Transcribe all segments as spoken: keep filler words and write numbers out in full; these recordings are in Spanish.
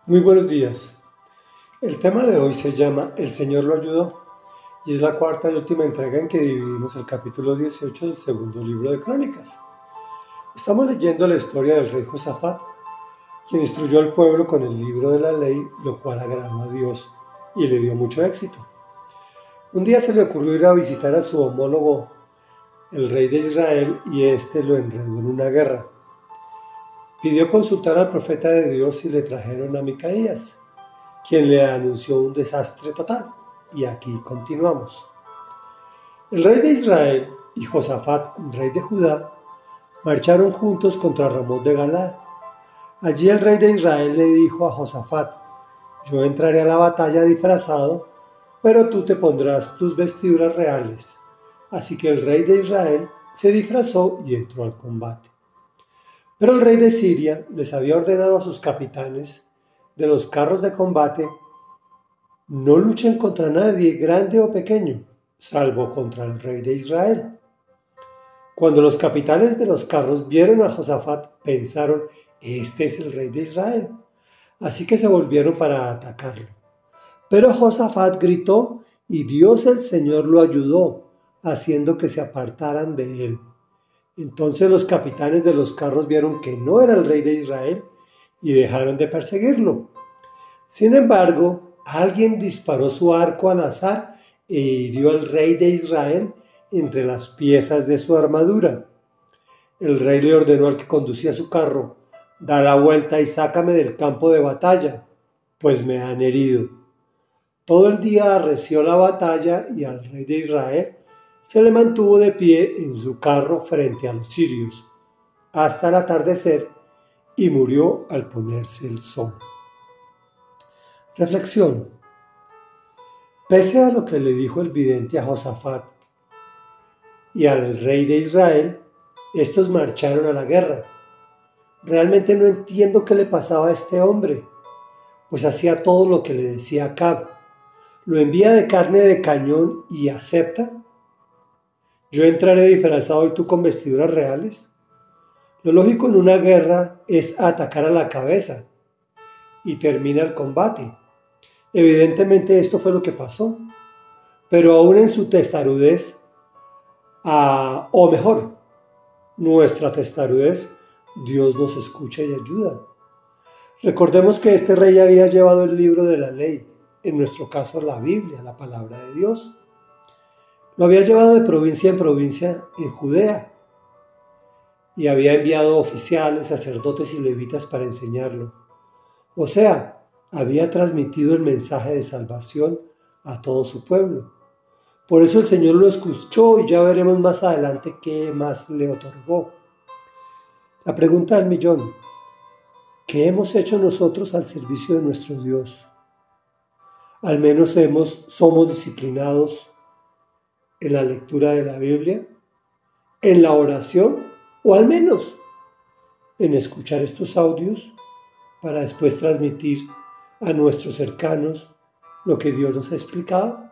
Muy buenos días. El tema de hoy se llama El Señor lo ayudó y es la cuarta y última entrega en que dividimos el capítulo dieciocho del segundo libro de Crónicas. Estamos leyendo la historia del rey Josafat, quien instruyó al pueblo con el libro de la ley, lo cual agradó a Dios y le dio mucho éxito. Un día se le ocurrió ir a visitar a su homólogo, el rey de Israel, y éste lo enredó en una guerra. Pidió consultar al profeta de Dios y le trajeron a Micaías, quien le anunció un desastre total. Y aquí continuamos. El rey de Israel y Josafat, rey de Judá, marcharon juntos contra Ramot de Galad. Allí el rey de Israel le dijo a Josafat: yo entraré a la batalla disfrazado, pero tú te pondrás tus vestiduras reales. Así que el rey de Israel se disfrazó y entró al combate. Pero el rey de Siria les había ordenado a sus capitanes de los carros de combate: no luchen contra nadie, grande o pequeño, salvo contra el rey de Israel. Cuando los capitanes de los carros vieron a Josafat, pensaron: este es el rey de Israel. Así que se volvieron para atacarlo. Pero Josafat gritó y Dios el Señor lo ayudó, haciendo que se apartaran de él. Entonces los capitanes de los carros vieron que no era el rey de Israel y dejaron de perseguirlo. Sin embargo, alguien disparó su arco al azar e hirió al rey de Israel entre las piezas de su armadura. El rey le ordenó al que conducía su carro: da la vuelta y sácame del campo de batalla, pues me han herido. Todo el día arreció la batalla y al rey de Israel se le mantuvo de pie en su carro frente a los sirios, hasta el atardecer, y murió al ponerse el sol. Reflexión. Pese a lo que le dijo el vidente a Josafat y al rey de Israel, estos marcharon a la guerra. Realmente no entiendo qué le pasaba a este hombre, pues hacía todo lo que le decía Acab. Lo envía de carne de cañón y acepta. ¿Yo entraré disfrazado y tú con vestiduras reales? Lo lógico en una guerra es atacar a la cabeza y termina el combate. Evidentemente esto fue lo que pasó, pero aún en su testarudez, ah, o mejor, nuestra testarudez, Dios nos escucha y ayuda. Recordemos que este rey había llevado el libro de la ley, en nuestro caso la Biblia, la palabra de Dios. Lo había llevado de provincia en provincia en Judea y había enviado oficiales, sacerdotes y levitas para enseñarlo. O sea, había transmitido el mensaje de salvación a todo su pueblo. Por eso el Señor lo escuchó y ya veremos más adelante qué más le otorgó. La pregunta del millón: ¿qué hemos hecho nosotros al servicio de nuestro Dios? Al menos hemos, somos disciplinados en la lectura de la Biblia, en la oración, o al menos en escuchar estos audios para después transmitir a nuestros cercanos lo que Dios nos ha explicado.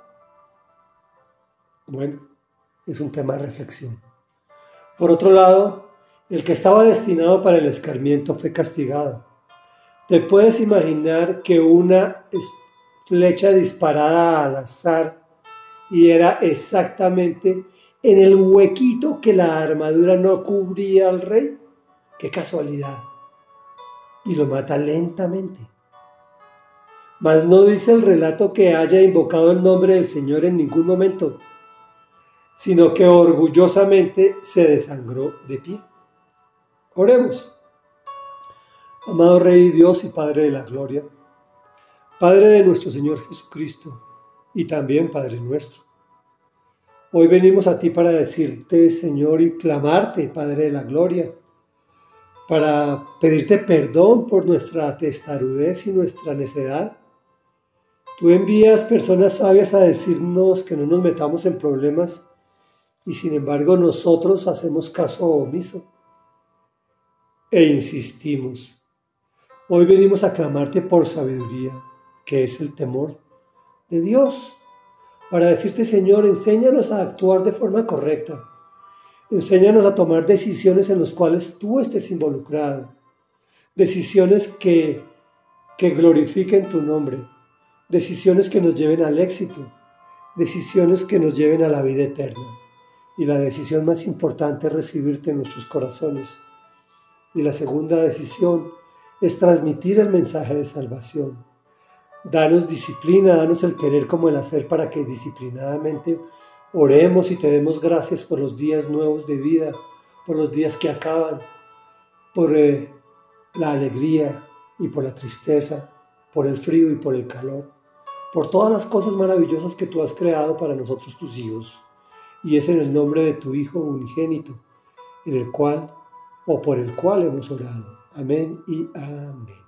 Bueno, es un tema de reflexión. Por otro lado, el que estaba destinado para el escarmiento fue castigado. ¿Te puedes imaginar que una flecha disparada al azar y era exactamente en el huequito que la armadura no cubría al rey? ¡Qué casualidad! Y lo mata lentamente. Mas no dice el relato que haya invocado el nombre del Señor en ningún momento, sino que orgullosamente se desangró de pie. Oremos. Amado Rey Dios y Padre de la Gloria, Padre de nuestro Señor Jesucristo y también Padre nuestro, hoy venimos a ti para decirte, Señor, y clamarte, Padre de la Gloria, para pedirte perdón por nuestra testarudez y nuestra necedad. Tú envías personas sabias a decirnos que no nos metamos en problemas y sin embargo nosotros hacemos caso omiso e insistimos. Hoy venimos a clamarte por sabiduría, que es el temor de Dios, para decirte, Señor, enséñanos a actuar de forma correcta. Enséñanos a tomar decisiones en las cuales tú estés involucrado. Decisiones que que glorifiquen tu nombre, decisiones que nos lleven al éxito, decisiones que nos lleven a la vida eterna. Y la decisión más importante es recibirte en nuestros corazones. Y la segunda decisión es transmitir el mensaje de salvación. Danos disciplina, danos el querer como el hacer para que disciplinadamente oremos y te demos gracias por los días nuevos de vida, por los días que acaban, por eh, la alegría y por la tristeza, por el frío y por el calor, por todas las cosas maravillosas que tú has creado para nosotros tus hijos. Y es en el nombre de tu Hijo unigénito, en el cual o por el cual hemos orado. Amén y amén.